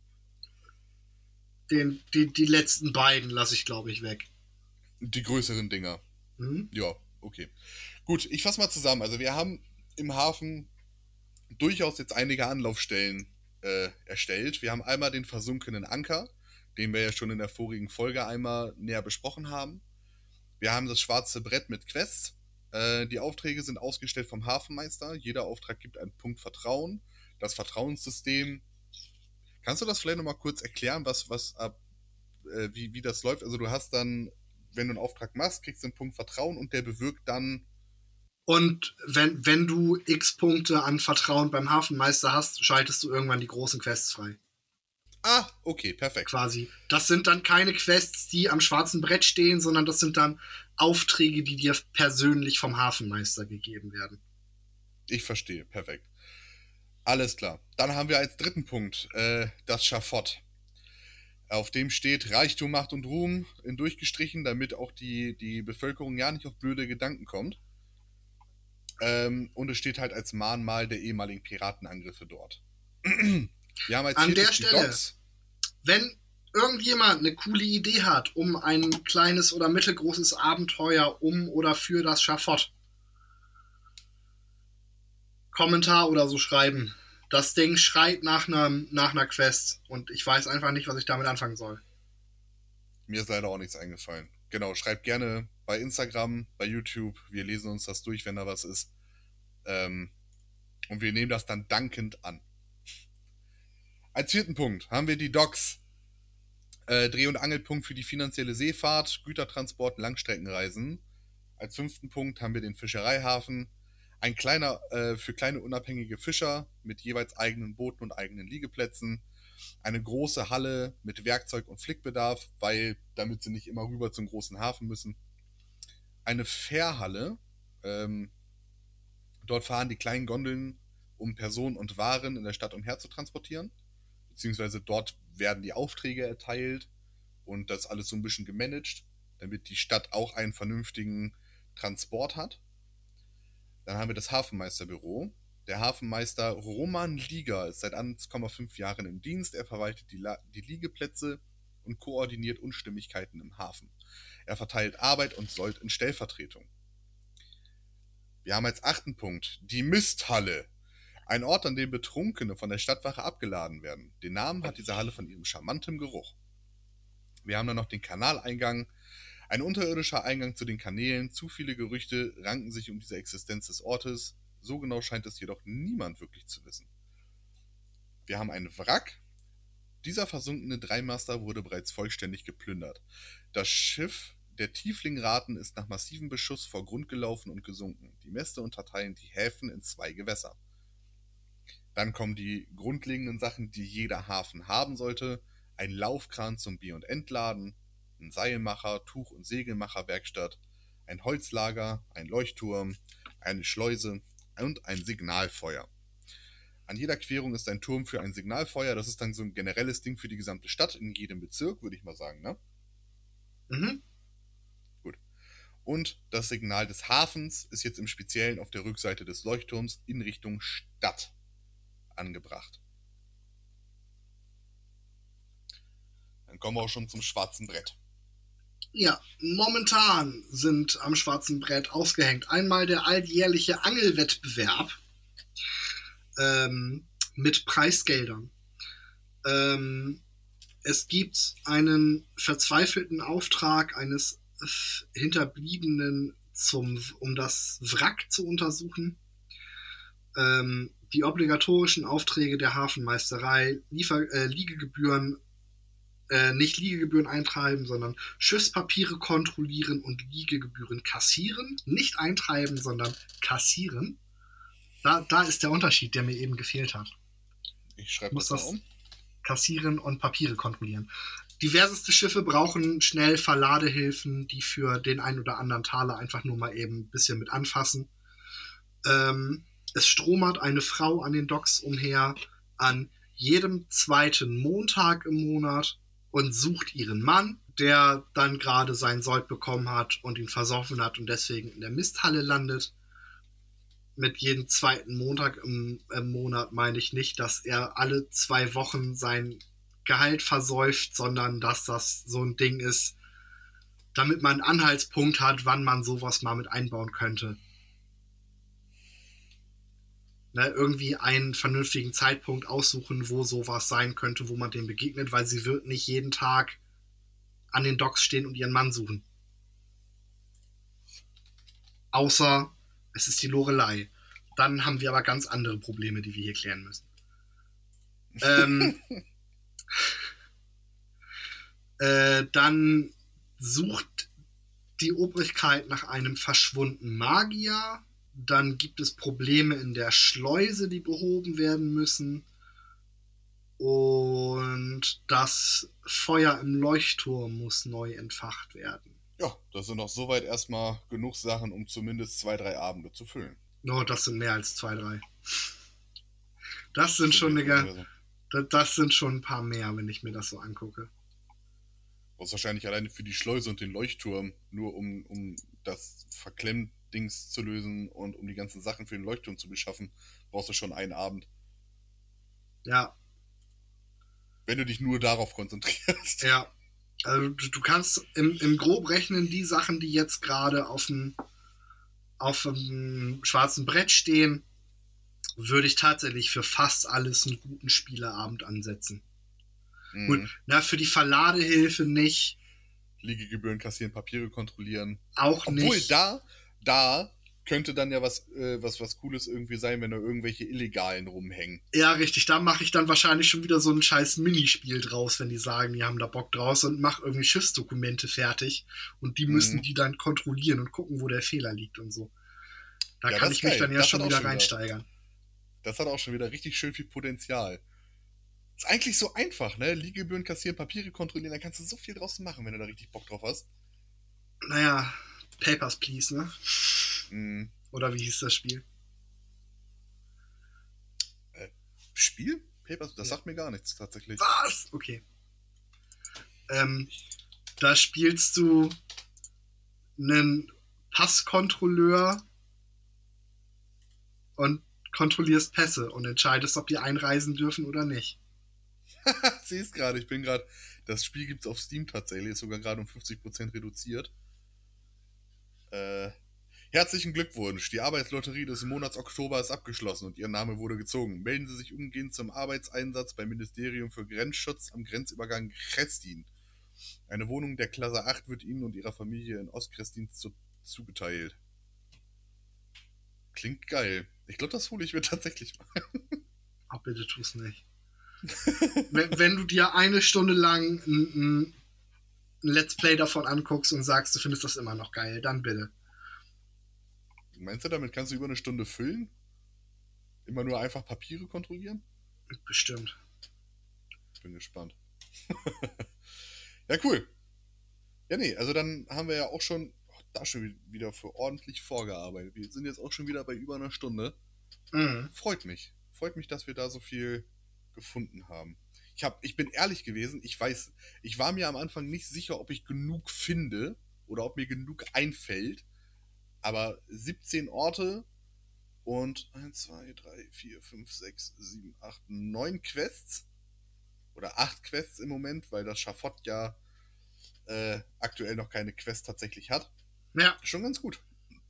Speaker 2: Die letzten beiden lasse ich, glaube ich, weg.
Speaker 1: Die größeren Dinger.
Speaker 2: Mhm.
Speaker 1: Ja, okay. Gut, ich fasse mal zusammen. Also wir haben im Hafen durchaus jetzt einige Anlaufstellen erstellt. Wir haben einmal den versunkenen Anker, den wir ja schon in der vorigen Folge einmal näher besprochen haben. Wir haben das schwarze Brett mit Quests. Die Aufträge sind ausgestellt vom Hafenmeister. Jeder Auftrag gibt einen Punkt Vertrauen. Das Vertrauenssystem. Kannst du das vielleicht nochmal kurz erklären, wie das läuft? Also du hast dann, wenn du einen Auftrag machst, kriegst du einen Punkt Vertrauen und der bewirkt dann.
Speaker 2: Und wenn du X Punkte an Vertrauen beim Hafenmeister hast, schaltest du irgendwann die großen Quests frei.
Speaker 1: Ah, okay, perfekt.
Speaker 2: Quasi. Das sind dann keine Quests, die am schwarzen Brett stehen, sondern das sind dann Aufträge, die dir persönlich vom Hafenmeister gegeben werden.
Speaker 1: Ich verstehe, perfekt. Alles klar. Dann haben wir als dritten Punkt das Schafott. Auf dem steht Reichtum, Macht und Ruhm in durchgestrichen, damit auch die Bevölkerung ja nicht auf blöde Gedanken kommt. Und es steht halt als Mahnmal der ehemaligen Piratenangriffe dort. Wir haben als
Speaker 2: An der
Speaker 1: viertes die
Speaker 2: Stelle,
Speaker 1: Docks.
Speaker 2: wenn irgendjemand eine coole Idee hat, um ein kleines oder mittelgroßes Abenteuer um oder für das Schafott, Kommentar oder so schreiben. Das Ding schreit nach einer Quest und ich weiß einfach nicht, was ich damit anfangen soll.
Speaker 1: Mir ist leider auch nichts eingefallen. Genau, schreibt gerne bei Instagram, bei YouTube. Wir lesen uns das durch, wenn da was ist. Und wir nehmen das dann dankend an. Als vierten Punkt haben wir die Docks. Dreh- und Angelpunkt für die finanzielle Seefahrt, Gütertransport, Langstreckenreisen. Als fünften Punkt haben wir den Fischereihafen. Ein kleiner für kleine unabhängige Fischer mit jeweils eigenen Booten und eigenen Liegeplätzen. Eine große Halle mit Werkzeug und Flickbedarf, damit sie nicht immer rüber zum großen Hafen müssen. Eine Fährhalle. Dort fahren die kleinen Gondeln, um Personen und Waren in der Stadt umher zu transportieren. Beziehungsweise dort werden die Aufträge erteilt und das alles so ein bisschen gemanagt, damit die Stadt auch einen vernünftigen Transport hat. Dann haben wir das Hafenmeisterbüro. Der Hafenmeister Roman Liga ist seit 1,5 Jahren im Dienst. Er verwaltet die Liegeplätze und koordiniert Unstimmigkeiten im Hafen. Er verteilt Arbeit und Sold in Stellvertretung. Wir haben als achten Punkt die Misthalle. Ein Ort, an dem Betrunkene von der Stadtwache abgeladen werden. Den Namen hat diese Halle von ihrem charmanten Geruch. Wir haben dann noch den Kanaleingang. Ein unterirdischer Eingang zu den Kanälen. Zu viele Gerüchte ranken sich um diese Existenz des Ortes. So genau scheint es jedoch niemand wirklich zu wissen. Wir haben einen Wrack. Dieser versunkene Dreimaster wurde bereits vollständig geplündert. Das Schiff der Tiefling-Raten ist nach massivem Beschuss vor Grund gelaufen und gesunken. Die Mäste unterteilen die Häfen in 2 Gewässer. Dann kommen die grundlegenden Sachen, die jeder Hafen haben sollte. Ein Laufkran zum Bier- und Entladen, ein Seilmacher-, Tuch- und Segelmacherwerkstatt, ein Holzlager, ein Leuchtturm, eine Schleuse und ein Signalfeuer. An jeder Querung ist ein Turm für ein Signalfeuer. Das ist dann so ein generelles Ding für die gesamte Stadt, in jedem Bezirk, würde ich mal sagen, ne?
Speaker 2: Mhm.
Speaker 1: Gut. Und das Signal des Hafens ist jetzt im Speziellen auf der Rückseite des Leuchtturms in Richtung Stadt angebracht. Dann kommen wir auch schon zum schwarzen Brett.
Speaker 2: Ja, momentan sind am schwarzen Brett ausgehängt einmal der alljährliche Angelwettbewerb mit Preisgeldern. Es gibt einen verzweifelten Auftrag eines Hinterbliebenen, um das Wrack zu untersuchen. Die obligatorischen Aufträge der Hafenmeisterei, Liegegebühren, nicht Liegegebühren eintreiben, sondern Schiffspapiere kontrollieren und Liegegebühren kassieren. Nicht eintreiben, sondern kassieren. Da ist der Unterschied, der mir eben gefehlt hat.
Speaker 1: Ich schreibe das mal um.
Speaker 2: Kassieren und Papiere kontrollieren. Diverseste Schiffe brauchen schnell Verladehilfen, die für den einen oder anderen Taler einfach nur mal eben ein bisschen mit anfassen. Es stromert eine Frau an den Docks umher an jedem zweiten Montag im Monat und sucht ihren Mann, der dann gerade sein Sold bekommen hat und ihn versoffen hat und deswegen in der Misthalle landet. Mit jedem zweiten Montag im Monat meine ich nicht, dass er alle 2 Wochen sein Gehalt versäuft, sondern dass das so ein Ding ist, damit man einen Anhaltspunkt hat, wann man sowas mal mit einbauen könnte. Ne, irgendwie einen vernünftigen Zeitpunkt aussuchen, wo sowas sein könnte, wo man dem begegnet, weil sie wird nicht jeden Tag an den Docks stehen und ihren Mann suchen. Außer es ist die Lorelei. Dann haben wir aber ganz andere Probleme, die wir hier klären müssen. Dann sucht die Obrigkeit nach einem verschwundenen Magier. Dann gibt es Probleme in der Schleuse, die behoben werden müssen. Und das Feuer im Leuchtturm muss neu entfacht werden.
Speaker 1: Ja, das sind auch soweit erstmal genug Sachen, um zumindest 2, 3 Abende zu füllen.
Speaker 2: No, das sind mehr als 2, 3. Das sind schon das sind schon ein paar mehr, wenn ich mir das so angucke.
Speaker 1: Du brauchst wahrscheinlich alleine für die Schleuse und den Leuchtturm, nur um das Verklemmt-Dings zu lösen und um die ganzen Sachen für den Leuchtturm zu beschaffen, brauchst du schon einen Abend.
Speaker 2: Ja.
Speaker 1: Wenn du dich nur darauf konzentrierst.
Speaker 2: Ja. Also du kannst im Grob rechnen, die Sachen, die jetzt gerade auf dem schwarzen Brett stehen, würde ich tatsächlich für fast alles einen guten Spieleabend ansetzen. Gut, für die Verladehilfe nicht.
Speaker 1: Liegegebühren kassieren, Papiere kontrollieren.
Speaker 2: Auch nicht.
Speaker 1: Obwohl, da könnte dann ja was Cooles irgendwie sein, wenn da irgendwelche Illegalen rumhängen.
Speaker 2: Ja, richtig. Da mache ich dann wahrscheinlich schon wieder so ein scheiß Minispiel draus, wenn die sagen, die haben da Bock draus und mache irgendwie Schiffsdokumente fertig und die müssen die dann kontrollieren und gucken, wo der Fehler liegt und so. Da kann ich mich dann ja schon wieder reinsteigern.
Speaker 1: Das hat auch schon wieder richtig schön viel Potenzial. Ist eigentlich so einfach, ne? Liegegebühren kassieren, Papiere kontrollieren, da kannst du so viel draus machen, wenn du da richtig Bock drauf hast.
Speaker 2: Naja, Papers, Please, ne? Oder wie hieß das Spiel?
Speaker 1: Spiel? Papers? Das sagt mir gar nichts, tatsächlich.
Speaker 2: Was? Okay. Da spielst du einen Passkontrolleur und kontrollierst Pässe und entscheidest, ob die einreisen dürfen oder nicht.
Speaker 1: Siehst gerade, das Spiel gibt es auf Steam tatsächlich, ist sogar gerade um 50% reduziert. Herzlichen Glückwunsch, die Arbeitslotterie des Monats Oktober ist abgeschlossen und Ihr Name wurde gezogen. Melden Sie sich umgehend zum Arbeitseinsatz beim Ministerium für Grenzschutz am Grenzübergang Chrestin. Eine Wohnung der Klasse 8 wird Ihnen und Ihrer Familie in Ostkrestin zugeteilt. Klingt geil. Ich glaube, das hole ich mir tatsächlich mal.
Speaker 2: Ach, bitte tu's nicht. wenn du dir eine Stunde lang ein Let's Play davon anguckst und sagst, du findest das immer noch geil, dann bitte.
Speaker 1: Meinst du, damit kannst du über eine Stunde füllen? Immer nur einfach Papiere kontrollieren?
Speaker 2: Bestimmt.
Speaker 1: Ich bin gespannt. Ja, cool. Ja, nee, also dann haben wir ja auch schon wieder für ordentlich vorgearbeitet. Wir sind jetzt auch schon wieder bei über einer Stunde. Freut mich. Freut mich, dass wir da so viel gefunden haben. Ich bin ehrlich gewesen, ich war mir am Anfang nicht sicher, ob ich genug finde oder ob mir genug einfällt. Aber 17 Orte und 1, 2, 3, 4, 5, 6, 7, 8, 9 Quests. Oder 8 Quests im Moment, weil das Schafott ja aktuell noch keine Quest tatsächlich hat.
Speaker 2: Ja.
Speaker 1: Schon ganz gut.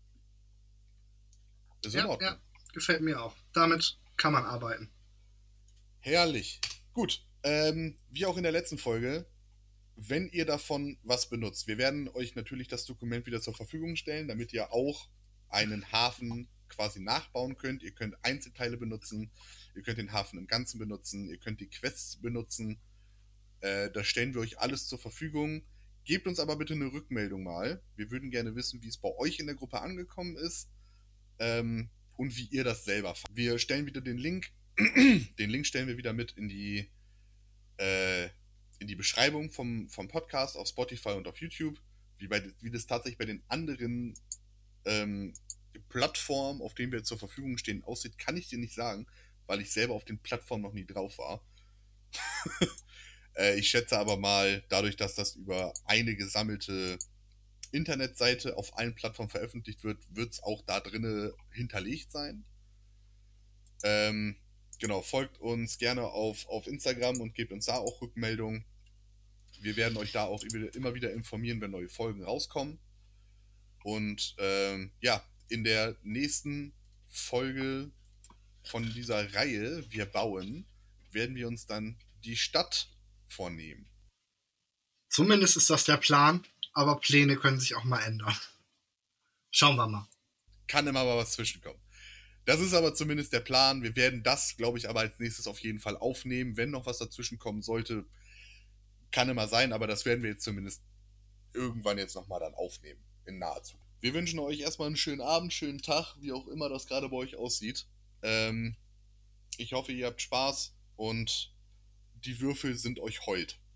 Speaker 1: Ist in Ordnung.
Speaker 2: Ja, gefällt mir auch. Damit kann man arbeiten.
Speaker 1: Herrlich. Gut. Wie auch in der letzten Folge, wenn ihr davon was benutzt, wir werden euch natürlich das Dokument wieder zur Verfügung stellen, damit ihr auch einen Hafen quasi nachbauen könnt. Ihr könnt Einzelteile benutzen, ihr könnt den Hafen im Ganzen benutzen, ihr könnt die Quests benutzen. Da stellen wir euch alles zur Verfügung. Gebt uns aber bitte eine Rückmeldung mal. Wir würden gerne wissen, wie es bei euch in der Gruppe angekommen ist und wie ihr das selber fandt. Wir stellen wieder den Link. Den Link stellen wir wieder mit in die in die Beschreibung vom Podcast auf Spotify und auf YouTube. Wie das tatsächlich bei den anderen Plattformen, auf denen wir zur Verfügung stehen, aussieht, kann ich dir nicht sagen, weil ich selber auf den Plattformen noch nie drauf war. Ich schätze aber mal, dadurch, dass das über eine gesammelte Internetseite auf allen Plattformen veröffentlicht wird, wird es auch da drinne hinterlegt sein. Genau, folgt uns gerne auf Instagram und gebt uns da auch Rückmeldungen. Wir werden euch da auch immer wieder informieren, wenn neue Folgen rauskommen. Und ja, in der nächsten Folge von dieser Reihe Wir bauen, werden wir uns dann die Stadt vornehmen.
Speaker 2: Zumindest ist das der Plan, aber Pläne können sich auch mal ändern. Schauen wir mal.
Speaker 1: Kann immer mal was zwischenkommen. Das ist aber zumindest der Plan. Wir werden das, glaube ich, aber als nächstes auf jeden Fall aufnehmen. Wenn noch was dazwischen kommen sollte, kann immer sein, aber das werden wir jetzt zumindest irgendwann jetzt nochmal dann aufnehmen. In naher Zukunft. Wir wünschen euch erstmal einen schönen Abend, schönen Tag, wie auch immer das gerade bei euch aussieht. Ich hoffe, ihr habt Spaß und die Würfel sind euch hold.